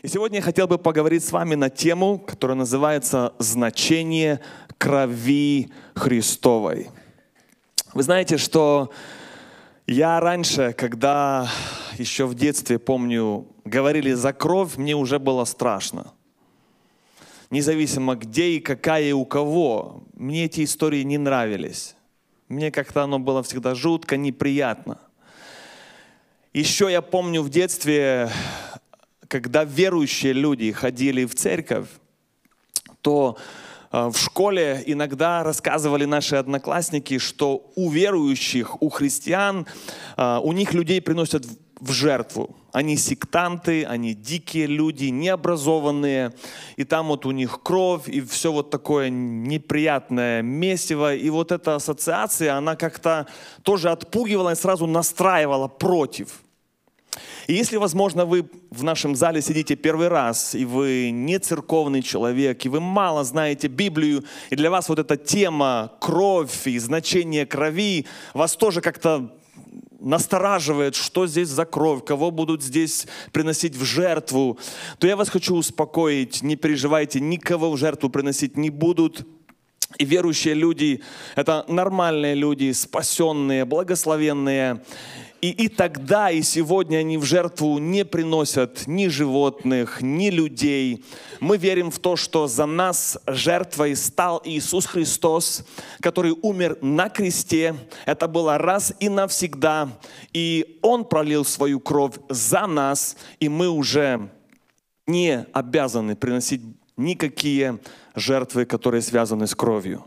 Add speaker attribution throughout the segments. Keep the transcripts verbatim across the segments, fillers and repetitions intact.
Speaker 1: И сегодня я хотел бы поговорить с вами на тему, которая называется «Значение крови Христовой». Вы знаете, что я раньше, когда еще в детстве, помню, говорили за кровь, мне уже было страшно. Независимо где и какая и у кого, мне эти истории не нравились. Мне как-то оно было всегда жутко, неприятно. Еще я помню в детстве, когда верующие люди ходили в церковь, то в школе иногда рассказывали наши одноклассники, что у верующих, у христиан, у них людей приносят в жертву. Они сектанты, они дикие люди, необразованные, и там вот у них кровь, и все вот такое неприятное месиво. И вот эта ассоциация, она как-то тоже отпугивала и сразу настраивала против. И если, возможно, вы в нашем зале сидите первый раз, и вы не церковный человек, и вы мало знаете Библию, и для вас вот эта тема кровь и значение крови вас тоже как-то настораживает, что здесь за кровь, кого будут здесь приносить в жертву, то я вас хочу успокоить, не переживайте, никого в жертву приносить не будут. И верующие люди – это нормальные люди, спасенные, благословенные. И, и тогда, и сегодня они в жертву не приносят ни животных, ни людей. Мы верим в то, что за нас жертвой стал Иисус Христос, который умер на кресте. Это было раз и навсегда. И Он пролил свою кровь за нас, и мы уже не обязаны приносить никакие жертвы, которые связаны с кровью.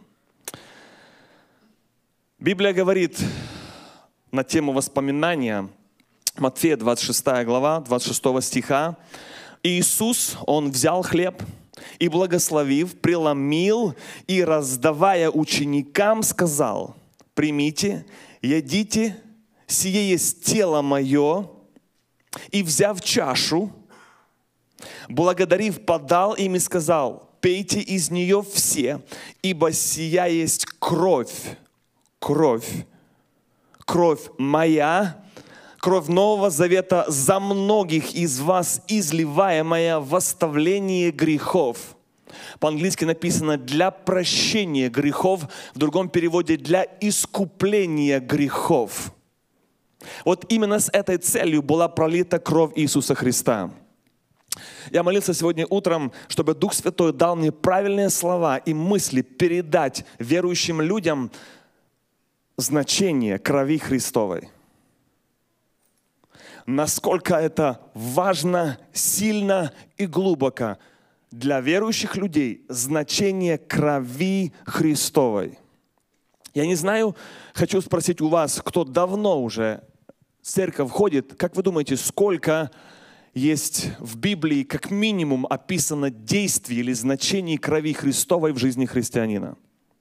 Speaker 1: Библия говорит на тему воспоминания, Матфея двадцать шестая глава, двадцать шестого стиха. Иисус, Он взял хлеб и, благословив, преломил и, раздавая ученикам, сказал: «Примите, едите, сие есть тело мое». И, взяв чашу, благодарив, подал им и сказал: «Пейте из нее все, ибо сия есть кровь, кровь, кровь моя, кровь Нового Завета за многих из вас, изливаемая в оставление грехов». По-английски написано «для прощения грехов», в другом переводе «для искупления грехов». Вот именно с этой целью была пролита кровь Иисуса Христа. Я молился сегодня утром, чтобы Дух Святой дал мне правильные слова и мысли передать верующим людям значение крови Христовой. Насколько это важно, сильно и глубоко для верующих людей значение крови Христовой. Я не знаю, хочу спросить у вас, кто давно уже в церковь ходит, как вы думаете, сколько есть в Библии как минимум описано действий или значений крови Христовой в жизни христианина?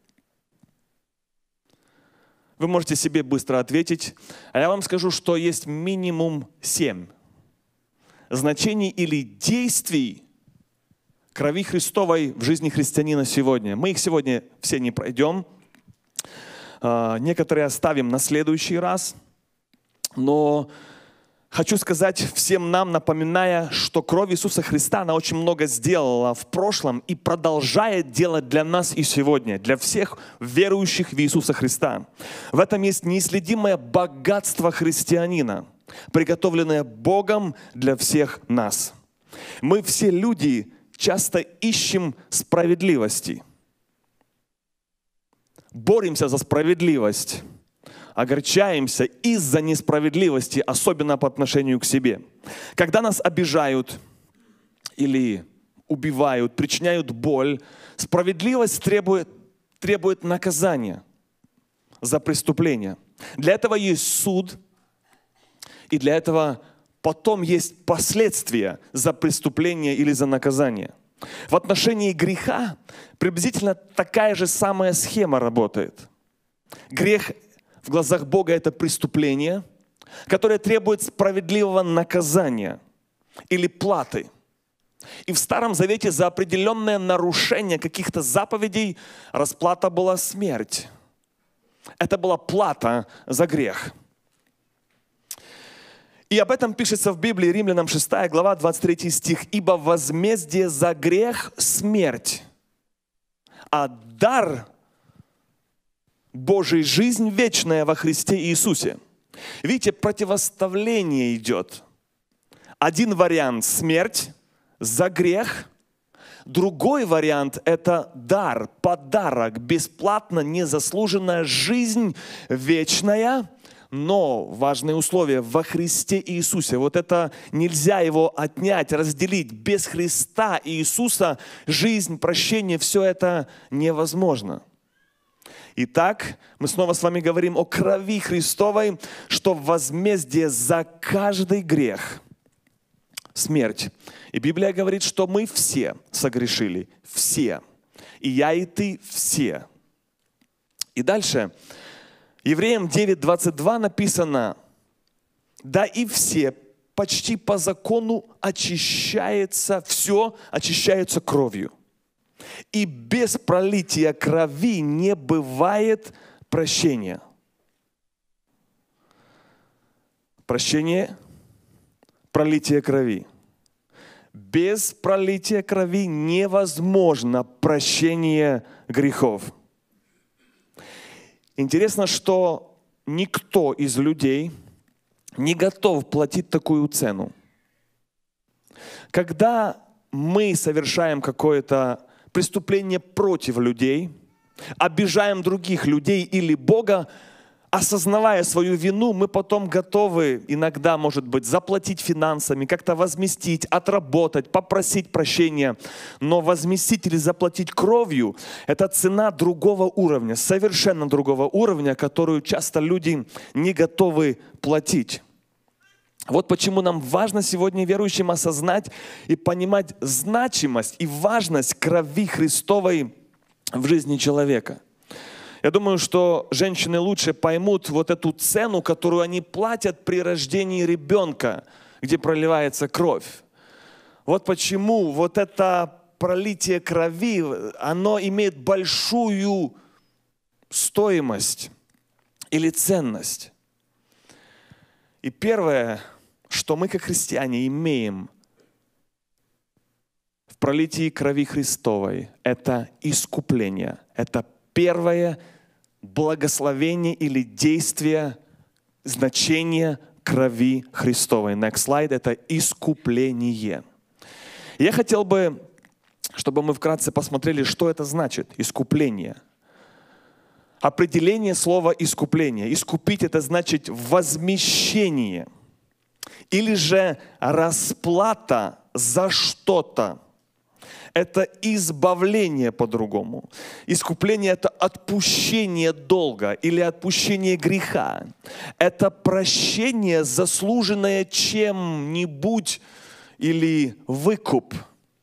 Speaker 1: Вы можете себе быстро ответить, а я вам скажу, что есть минимум семь значений или действий крови Христовой в жизни христианина сегодня. Мы их сегодня все не пройдем, некоторые оставим на следующий раз, но хочу сказать всем нам, напоминая, что кровь Иисуса Христа, она очень много сделала в прошлом и продолжает делать для нас и сегодня, для всех верующих в Иисуса Христа. В этом есть неисследимое богатство христианина, приготовленное Богом для всех нас. Мы все люди часто ищем справедливости, боремся за справедливость, огорчаемся из-за несправедливости, особенно по отношению к себе. Когда нас обижают или убивают, причиняют боль, справедливость требует, требует наказания за преступление. Для этого есть суд, и для этого потом есть последствия за преступление или за наказание. В отношении греха приблизительно такая же самая схема работает. Грех в глазах Бога – это преступление, которое требует справедливого наказания или платы. И в Старом Завете за определенное нарушение каких-то заповедей расплата была смерть. Это была плата за грех. И об этом пишется в Библии, Римлянам шестая глава, двадцать третий стих. «Ибо возмездие за грех – смерть, а дар Божий – жизнь вечная во Христе Иисусе». Видите, противоставление идет. Один вариант – смерть за грех. Другой вариант – это дар, подарок, бесплатно, незаслуженная жизнь вечная, но важное условие – во Христе Иисусе. Вот это нельзя его отнять, разделить. Без Христа Иисуса жизнь, прощение – все это невозможно. Итак, мы снова с вами говорим о крови Христовой, что возмездие за каждый грех – смерть. И Библия говорит, что мы все согрешили, все. И я, и ты все. И дальше, Евреям девять двадцать два написано: «Да и все почти по закону очищается, все очищается кровью. И без пролития крови не бывает прощения». Прощение, пролитие крови. Без пролития крови невозможно прощение грехов. Интересно, что никто из людей не готов платить такую цену. Когда мы совершаем какое-то преступление против людей, обижаем других людей или Бога, осознавая свою вину, мы потом готовы иногда, может быть, заплатить финансами, как-то возместить, отработать, попросить прощения. Но возместить или заплатить кровью – это цена другого уровня, совершенно другого уровня, которую часто люди не готовы платить. Вот почему нам важно сегодня верующим осознать и понимать значимость и важность крови Христовой в жизни человека. Я думаю, что женщины лучше поймут вот эту цену, которую они платят при рождении ребенка, где проливается кровь. Вот почему вот это пролитие крови, оно имеет большую стоимость или ценность. И первое, что мы как христиане имеем в пролитии крови Христовой, это искупление. Это первое благословение или действие, значение крови Христовой. Next slide – это искупление. Я хотел бы, чтобы мы вкратце посмотрели, что это значит, искупление. Определение слова искупление. Искупить – это значит возмещение или же расплата за что-то. Это избавление по-другому. Искупление – это отпущение долга или отпущение греха. Это прощение, заслуженное чем-нибудь или выкуп.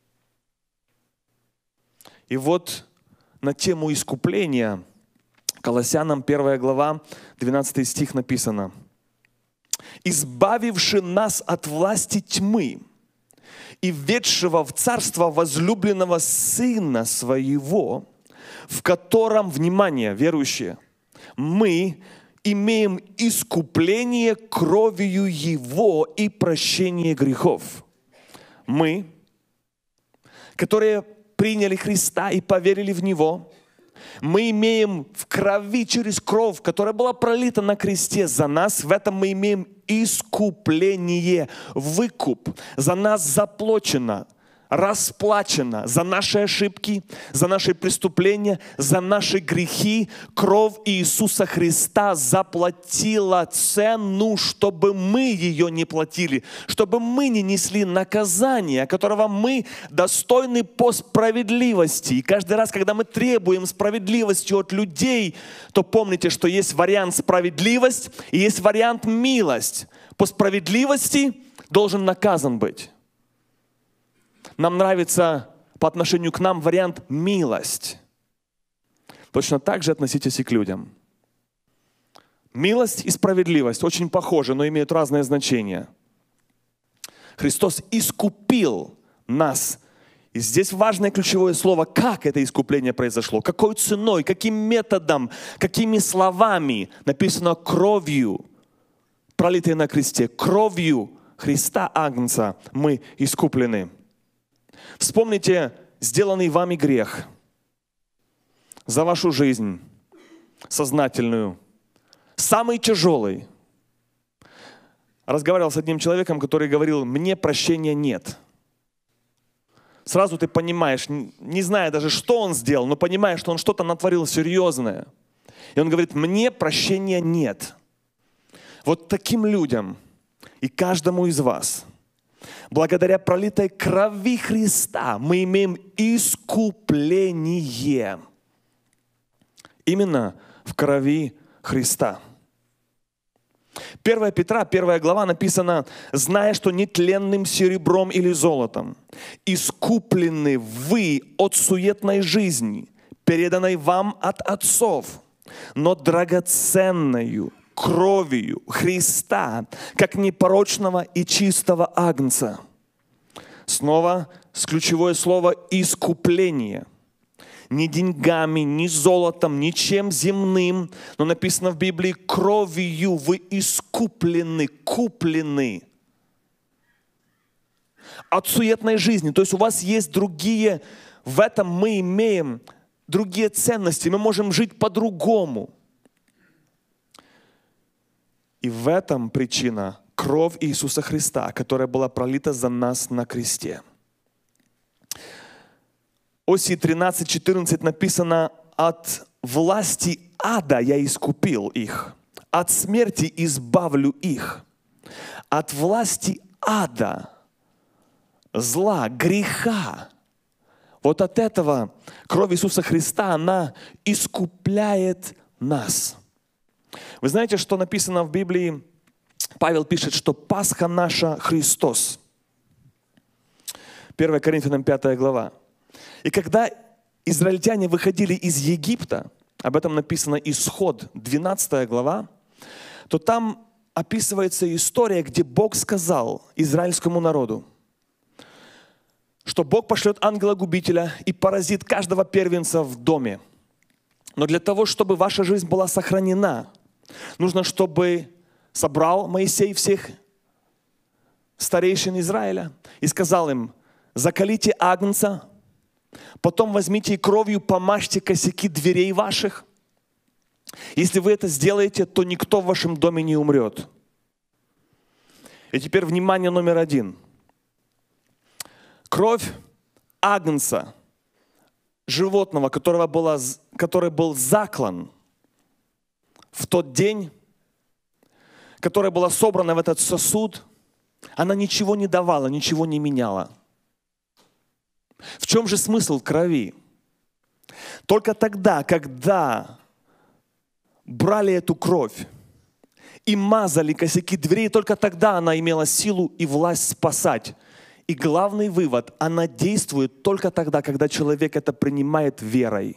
Speaker 1: И вот на тему искупления Колоссянам первая глава, двенадцатый стих написано: «Избавивши нас от власти тьмы и введшего в царство возлюбленного Сына Своего, в котором, внимание, верующие, мы имеем искупление кровью Его и прощение грехов». Мы, которые приняли Христа и поверили в Него, мы имеем в крови через кровь, которая была пролита на кресте за нас, в этом мы имеем искупление, выкуп. За нас заплачено, расплачено за наши ошибки, за наши преступления, за наши грехи. Кровь Иисуса Христа заплатила цену, чтобы мы ее не платили, чтобы мы не несли наказание, которого мы достойны по справедливости. И каждый раз, когда мы требуем справедливости от людей, то помните, что есть вариант справедливость и есть вариант милость. По справедливости должен наказан быть. Нам нравится по отношению к нам вариант милость. Точно так же относитесь и к людям. Милость и справедливость очень похожи, но имеют разное значение. Христос искупил нас. И здесь важное ключевое слово, как это искупление произошло, какой ценой, каким методом, какими словами. Написано кровью. пролитой на кресте, кровью Христа Агнца мы искуплены. Вспомните сделанный вами грех за вашу жизнь сознательную, самый тяжелый. Разговаривал с одним человеком, который говорил: мне прощения нет. Сразу ты понимаешь, не зная даже, что он сделал, но понимаешь, что он что-то натворил серьезное. И он говорит: мне прощения нет. Вот таким людям и каждому из вас, благодаря пролитой крови Христа, мы имеем искупление. Именно в крови Христа. первое Петра, первая глава написано: «Зная, что нетленным серебром или золотом искуплены вы от суетной жизни, переданной вам от отцов, но драгоценною кровью Христа, как непорочного и чистого агнца». Снова с ключевое слово «искупление». Ни деньгами, ни золотом, ничем земным, но написано в Библии: кровью вы искуплены, куплены от суетной жизни. То есть у вас есть другие, в этом мы имеем другие ценности, мы можем жить по-другому. И в этом причина кровь Иисуса Христа, которая была пролита за нас на кресте. Осии тринадцать четырнадцать написано: «От власти ада я искупил их, от смерти избавлю их». От власти ада, зла, греха. Вот от этого кровь Иисуса Христа, она искупляет нас. Вы знаете, что написано в Библии? Павел пишет, что Пасха наша Христос. первое Коринфянам пятая глава. И когда израильтяне выходили из Египта, об этом написано Исход, двенадцатая глава, то там описывается история, где Бог сказал израильскому народу, что Бог пошлет ангела-губителя и поразит каждого первенца в доме. Но для того, чтобы ваша жизнь была сохранена, нужно, чтобы собрал Моисей всех старейшин Израиля и сказал им: заколите агнца, потом возьмите и кровью помажьте косяки дверей ваших. Если вы это сделаете, то никто в вашем доме не умрет. И теперь внимание номер один. Кровь агнца, животного, которого была, который был заклан в тот день, которая была собрана в этот сосуд, она ничего не давала, ничего не меняла. В чем же смысл крови? Только тогда, когда брали эту кровь и мазали косяки дверей, только тогда она имела силу и власть спасать. И главный вывод: она действует только тогда, когда человек это принимает верой.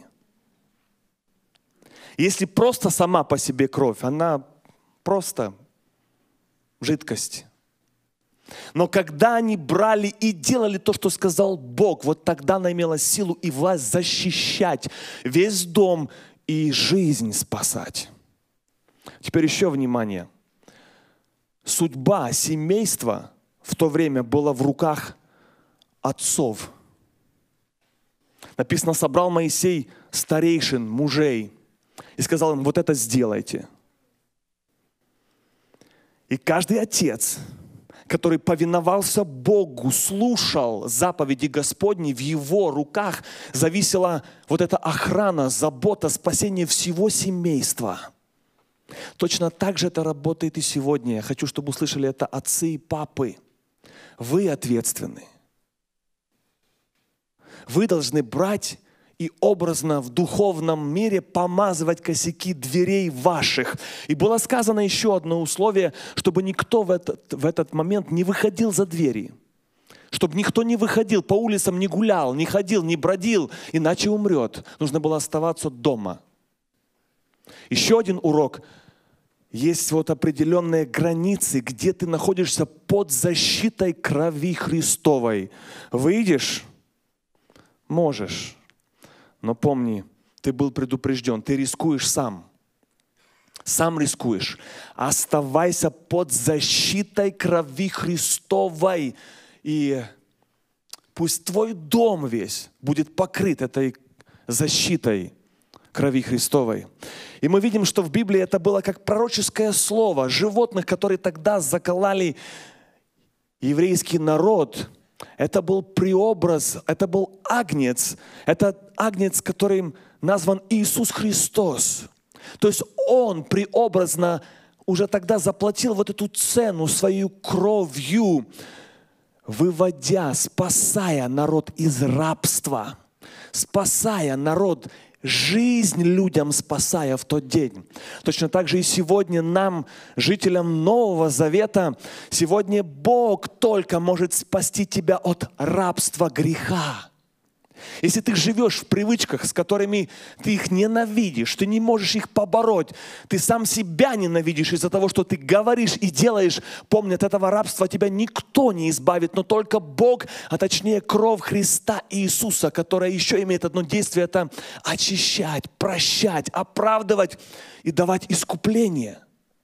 Speaker 1: Если просто сама по себе кровь, она просто жидкость. Но когда они брали и делали то, что сказал Бог, вот тогда она имела силу и власть защищать весь дом и жизнь спасать. Теперь еще внимание. Судьба семейства в то время была в руках отцов. Написано: собрал Моисей старейшин, мужей, и сказал им: вот это сделайте. И каждый отец, который повиновался Богу, слушал заповеди Господни, в его руках зависела вот эта охрана, забота, спасение всего семейства. Точно так же это работает и сегодня. Я хочу, чтобы услышали это отцы и папы. Вы ответственны. Вы должны брать и образно в духовном мире помазывать косяки дверей ваших. И было сказано еще одно условие, чтобы никто в этот, в этот момент не выходил за двери. Чтобы никто не выходил, по улицам не гулял, не ходил, не бродил, иначе умрет. Нужно было оставаться дома. Еще один урок. Есть вот определенные границы, где ты находишься под защитой крови Христовой. Выйдешь? Можешь. Но помни, ты был предупрежден, ты рискуешь сам. сам рискуешь. Оставайся под защитой крови Христовой. И пусть твой дом весь будет покрыт этой защитой крови Христовой. И мы видим, что в Библии это было как пророческое слово. Животных, которые тогда закололи еврейский народ, это был преобраз, это был агнец. Это агнец, которым назван Иисус Христос. То есть Он преобразно уже тогда заплатил вот эту цену свою кровью, выводя, спасая народ из рабства, спасая народ, жизнь людям спасая в тот день. Точно так же и сегодня нам, жителям Нового Завета, сегодня Бог только может спасти тебя от рабства греха. Если ты живешь в привычках, с которыми ты их ненавидишь, ты не можешь их побороть, ты сам себя ненавидишь из-за того, что ты говоришь и делаешь, помни, от этого рабства тебя никто не избавит, но только Бог, а точнее кровь Христа Иисуса, которая еще имеет одно действие, это очищать, прощать, оправдывать и давать искупление.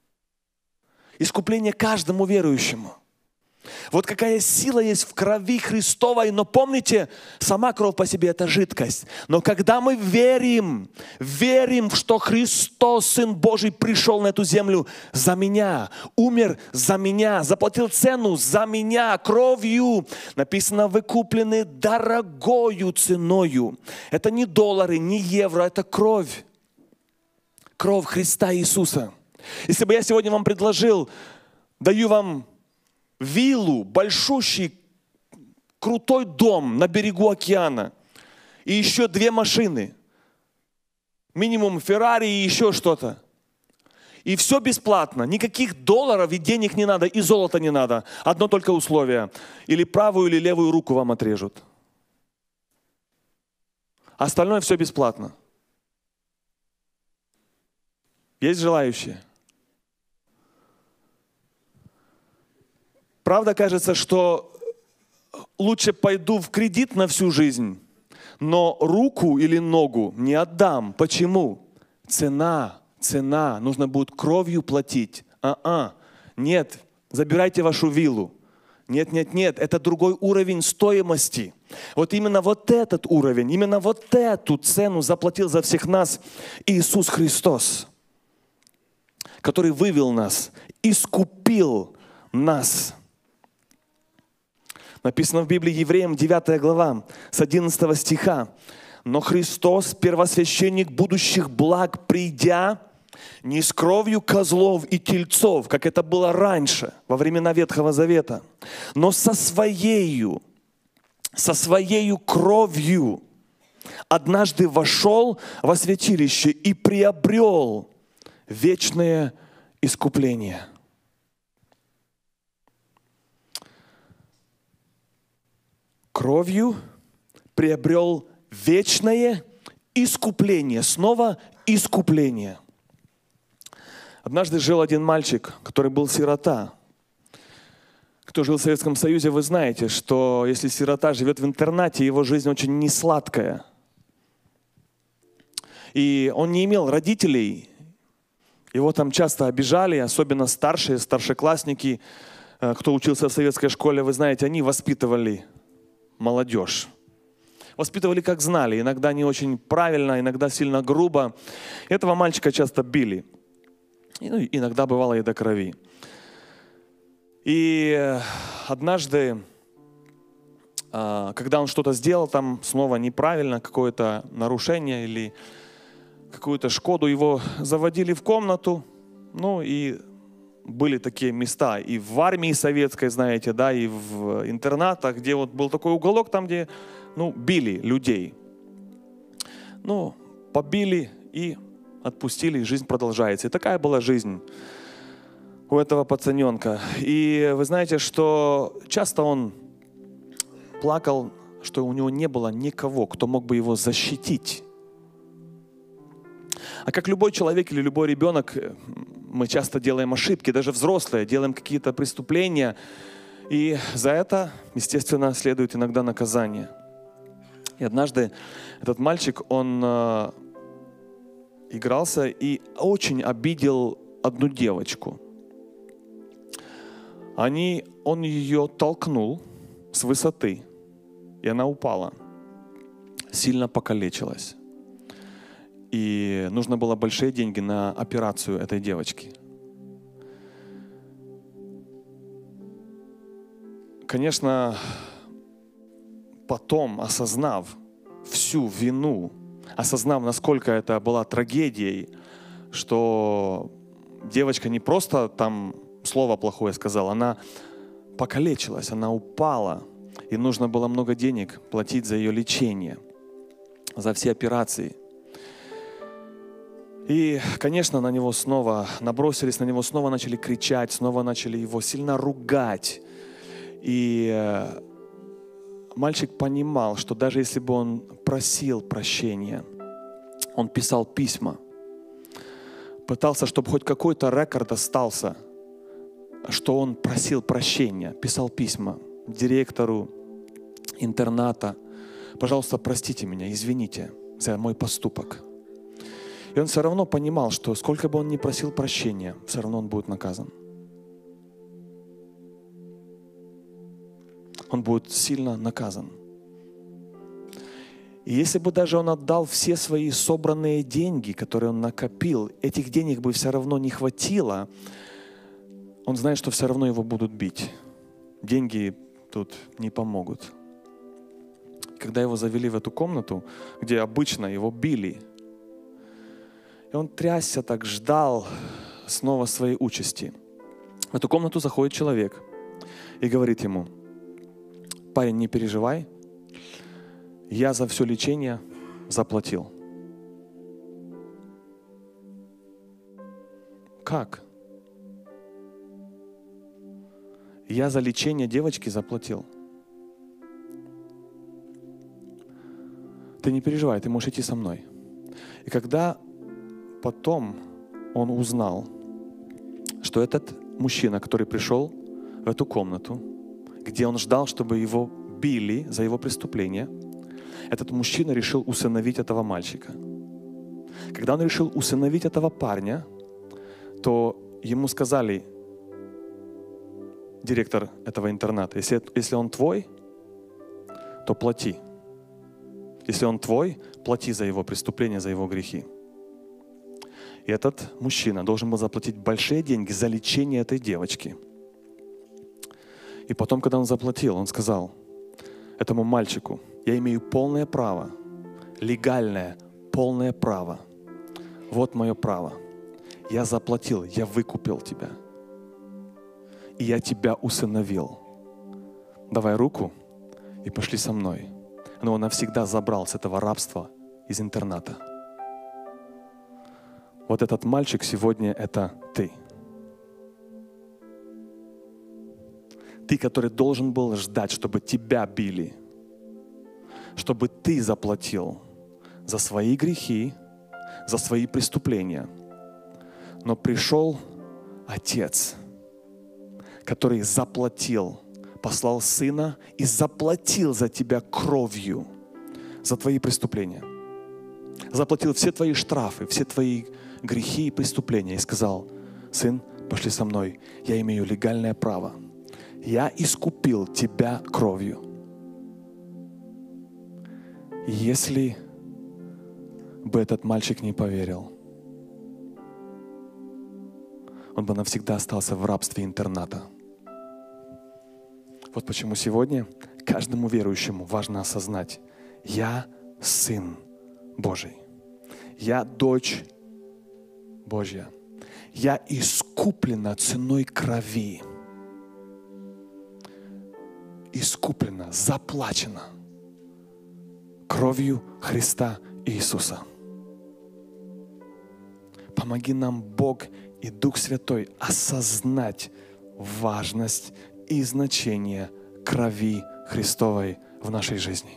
Speaker 1: Искупление каждому верующему. Вот какая сила есть в крови Христовой. Но помните, сама кровь по себе – это жидкость. Но когда мы верим, верим, что Христос, Сын Божий, пришел на эту землю за меня, умер за меня, заплатил цену за меня кровью. Написано, вы куплены дорогою ценою. Это не доллары, не евро, это кровь. Кровь Христа Иисуса. Если бы я сегодня вам предложил, даю вам виллу, большущий, крутой дом на берегу океана и еще две машины, минимум Феррари и еще что-то. И все бесплатно, никаких долларов и денег не надо, и золота не надо. Одно только условие. Или правую, или левую руку вам отрежут. Остальное все бесплатно. Есть желающие? Правда, кажется, что лучше пойду в кредит на всю жизнь, но руку или ногу не отдам. Почему? Цена, цена. Нужно будет кровью платить. А-а. Нет, забирайте вашу виллу. Нет, нет, нет. Это другой уровень стоимости. Вот именно вот этот уровень, именно вот эту цену заплатил за всех нас Иисус Христос, который вывел нас, искупил нас. Написано в Библии Евреям девятая глава с одиннадцатого стиха. Но Христос, первосвященник будущих благ, придя не с кровью козлов и тельцов, как это было раньше, во времена Ветхого Завета, но со своею, со своею кровью однажды вошел во святилище и приобрел вечное искупление. Кровью приобрел вечное искупление. Снова искупление. Однажды жил один мальчик, который был сирота. Кто жил в Советском Союзе, вы знаете, что если сирота живет в интернате, его жизнь очень несладкая. И он не имел родителей. Его там часто обижали, особенно старшие, старшеклассники. Кто учился в советской школе, вы знаете, они воспитывали молодежь. Воспитывали как знали, иногда не очень правильно, иногда сильно грубо. Этого мальчика часто били. И, ну, иногда бывало и до крови. И однажды, когда он что-то сделал там снова неправильно, какое-то нарушение или какую-то шкоду, его заводили в комнату, ну и были такие места и в армии советской, знаете, да, и в интернатах, где вот был такой уголок, там, где, ну, били людей. Ну, побили и отпустили, и жизнь продолжается. И такая была жизнь у этого пацаненка. И вы знаете, что часто он плакал, что у него не было никого, кто мог бы его защитить. А как любой человек или любой ребенок, мы часто делаем ошибки, даже взрослые, делаем какие-то преступления. И за это, естественно, следует иногда наказание. И однажды этот мальчик, он игрался и очень обидел одну девочку. Они, он ее толкнул с высоты, и она упала, сильно покалечилась. И нужно было большие деньги на операцию этой девочки. Конечно, потом, осознав всю вину, осознав, насколько это была трагедией, что девочка не просто там слово плохое сказала, она покалечилась, она упала, и нужно было много денег платить за ее лечение, за все операции. И, конечно, на него снова набросились, на него снова начали кричать, снова начали его сильно ругать. И мальчик понимал, что даже если бы он просил прощения, он писал письма, пытался, чтобы хоть какой-то рекорд остался, что он просил прощения, писал письма директору интерната. Пожалуйста, простите меня, извините за мой поступок. И он все равно понимал, что сколько бы он ни просил прощения, все равно он будет наказан. Он будет сильно наказан. И если бы даже он отдал все свои собранные деньги, которые он накопил, этих денег бы все равно не хватило, он знает, что все равно его будут бить. Деньги тут не помогут. Когда его завели в эту комнату, где обычно его били, и он трясся так, ждал снова своей участи. В эту комнату заходит человек и говорит ему: парень, не переживай, я за все лечение заплатил. Как? Я за лечение девочки заплатил. Ты не переживай, ты можешь идти со мной. И когда потом он узнал, что этот мужчина, который пришел в эту комнату, где он ждал, чтобы его били за его преступление, этот мужчина решил усыновить этого мальчика. Когда он решил усыновить этого парня, то ему сказали, директор этого интерната, если, если он твой, то плати. Если он твой, плати за его преступления, за его грехи. И этот мужчина должен был заплатить большие деньги за лечение этой девочки. И потом, когда он заплатил, он сказал этому мальчику: я имею полное право, легальное, полное право. Вот мое право. Я заплатил, я выкупил тебя. И я тебя усыновил. Давай руку и пошли со мной. Но он навсегда забрал с этого рабства из интерната. Вот этот мальчик сегодня — это ты. Ты, который должен был ждать, чтобы тебя били, чтобы ты заплатил за свои грехи, за свои преступления. Но пришел Отец, который заплатил, послал Сына и заплатил за тебя кровью, за твои преступления. Заплатил все твои штрафы, все твои грехи и преступления. И сказал: сын, пошли со мной, я имею легальное право. Я искупил тебя кровью. Если бы этот мальчик не поверил, он бы навсегда остался в рабстве интерната. Вот почему сегодня каждому верующему важно осознать: я сын Божий, я дочь Божья, я искуплена ценой крови, искуплена, заплачена кровью Христа Иисуса. Помоги нам, Бог и Дух Святой, осознать важность и значение крови Христовой в нашей жизни.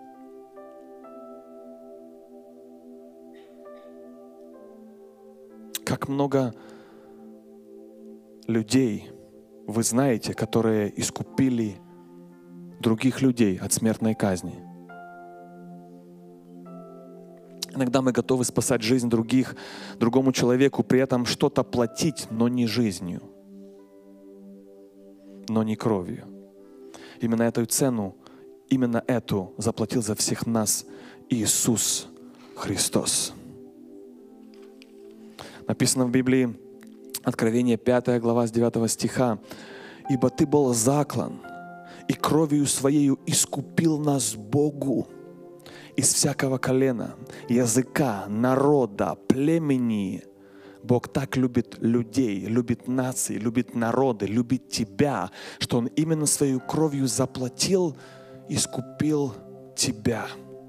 Speaker 1: Как много людей вы знаете, которые искупили других людей от смертной казни. Иногда мы готовы спасать жизнь других, другому человеку, при этом что-то платить, но не жизнью, но не кровью. Именно эту цену, именно эту заплатил за всех нас Иисус Христос. Написано в Библии, Откровение пятая глава с девятого стиха: «Ибо Ты был заклан, и кровью Своею искупил нас Богу из всякого колена, языка, народа, племени». Бог так любит людей, любит нации, любит народы, любит тебя, что Он именно Своей кровью заплатил, искупил тебя.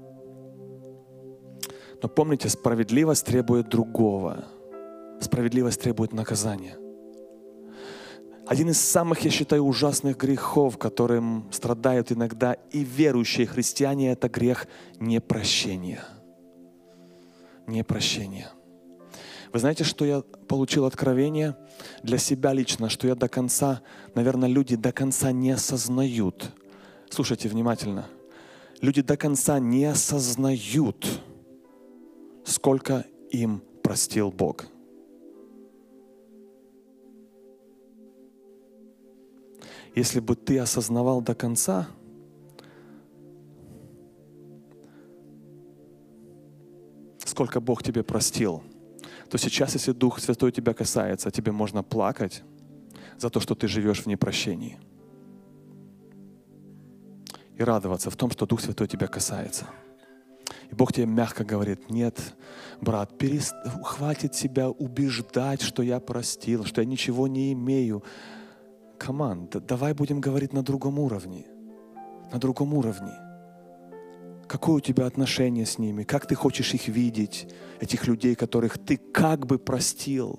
Speaker 1: Но помните, справедливость требует другого. Справедливость требует наказания. Один из самых, я считаю, ужасных грехов, которым страдают иногда и верующие христиане, это грех непрощения. Непрощения. Вы знаете, что я получил откровение для себя лично, что я до конца, наверное, люди до конца не осознают. Слушайте внимательно. Люди до конца не осознают, сколько им простил Бог. Если бы ты осознавал до конца, сколько Бог тебе простил, то сейчас, если Дух Святой тебя касается, тебе можно плакать за то, что ты живешь в непрощении. И радоваться в том, что Дух Святой тебя касается. И Бог тебе мягко говорит: нет, брат, перест... хватит себя убеждать, что я простил, что я ничего не имею. Команд, давай будем говорить на другом уровне. На другом уровне. Какое у тебя отношение с ними? Как ты хочешь их видеть, этих людей, которых ты как бы простил?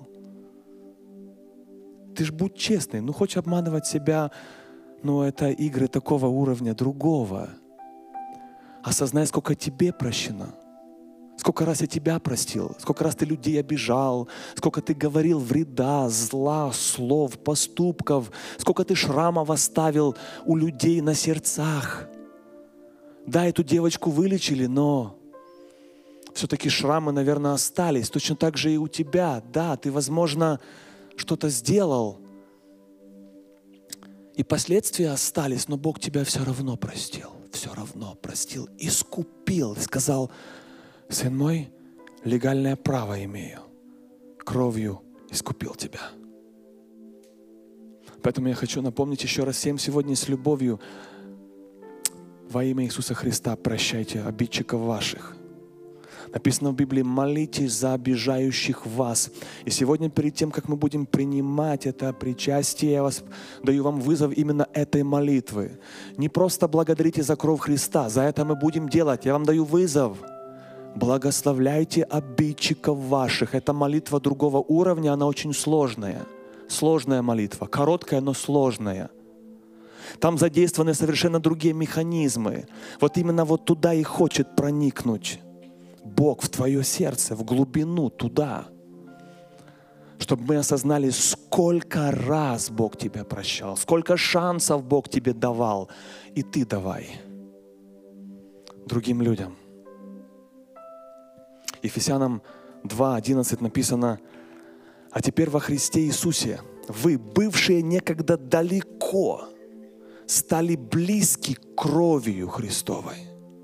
Speaker 1: Ты ж будь честный. Ну, хочешь обманывать себя, но это игры такого уровня, другого. Осознай, сколько тебе прощено. Сколько раз я тебя простил, сколько раз ты людей обижал, сколько ты говорил вреда, зла, слов, поступков, сколько ты шрамов оставил у людей на сердцах. Да, эту девочку вылечили, но все-таки шрамы, наверное, остались. Точно так же и у тебя. Да, ты, возможно, что-то сделал, и последствия остались, но Бог тебя все равно простил. Все равно простил, искупил. И сказал: сын мой, легальное право имею. Кровью искупил тебя. Поэтому я хочу напомнить еще раз всем сегодня с любовью: во имя Иисуса Христа прощайте обидчиков ваших. Написано в Библии: молитесь за обижающих вас. И сегодня, перед тем, как мы будем принимать это причастие, я вас, даю вам вызов именно этой молитвы. Не просто благодарите за кровь Христа, за это мы будем делать. Я вам даю вызов. Благословляйте обидчиков ваших. Это молитва другого уровня, она очень сложная. Сложная молитва, короткая, но сложная. Там задействованы совершенно другие механизмы. Вот именно вот туда и хочет проникнуть Бог, в твое сердце, в глубину, туда. Чтобы мы осознали, сколько раз Бог тебя прощал, сколько шансов Бог тебе давал. И ты давай другим людям. Ефесянам два одиннадцать написано: а теперь во Христе Иисусе вы, бывшие некогда далеко, стали близки кровью Христовой.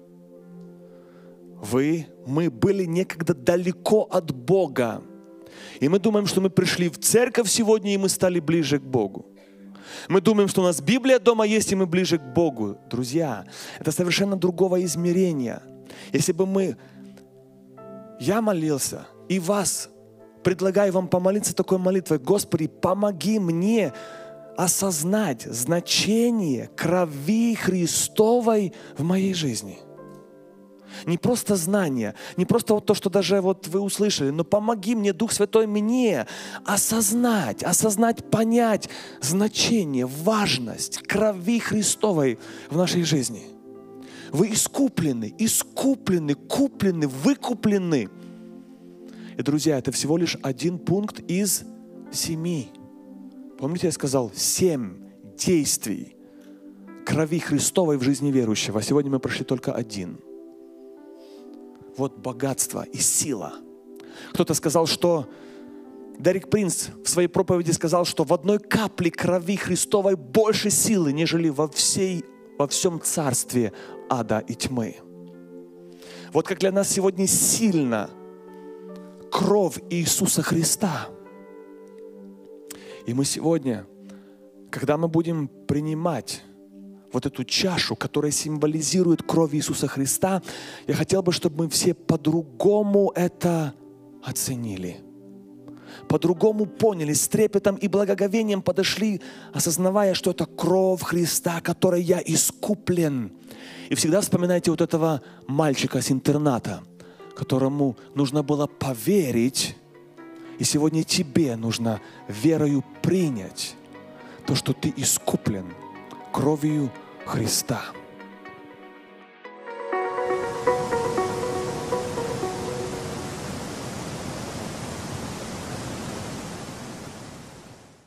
Speaker 1: Вы, мы были некогда далеко от Бога. И мы думаем, что мы пришли в церковь сегодня, и мы стали ближе к Богу. Мы думаем, что у нас Библия дома есть, и мы ближе к Богу. Друзья, это совершенно другого измерения. Если бы мы... Я молился, и вас предлагаю вам помолиться такой молитвой: Господи, помоги мне осознать значение крови Христовой в моей жизни. Не просто знание, не просто вот то, что даже вот вы услышали, но помоги мне, Дух Святой, мне осознать, осознать, понять значение, важность крови Христовой в нашей жизни. Вы искуплены, искуплены, куплены, выкуплены. И, друзья, это всего лишь один пункт из семи. Помните, я сказал, семь действий крови Христовой в жизни верующего. А сегодня мы прошли только один. вот богатство и сила. Кто-то сказал, что Дерек Принц в своей проповеди сказал, что в одной капле крови Христовой больше силы, нежели во, всей, во всем царстве ада и тьмы. Вот как для нас сегодня сильна кровь Иисуса Христа. И мы сегодня, когда мы будем принимать вот эту чашу, которая символизирует кровь Иисуса Христа, я хотел бы, чтобы мы все по-другому это оценили. По-другому поняли, с трепетом и благоговением подошли, осознавая, что это кровь Христа, которой я искуплен. И всегда вспоминайте вот этого мальчика с интерната, которому нужно было поверить, и сегодня тебе нужно верою принять то, что ты искуплен кровью Христа.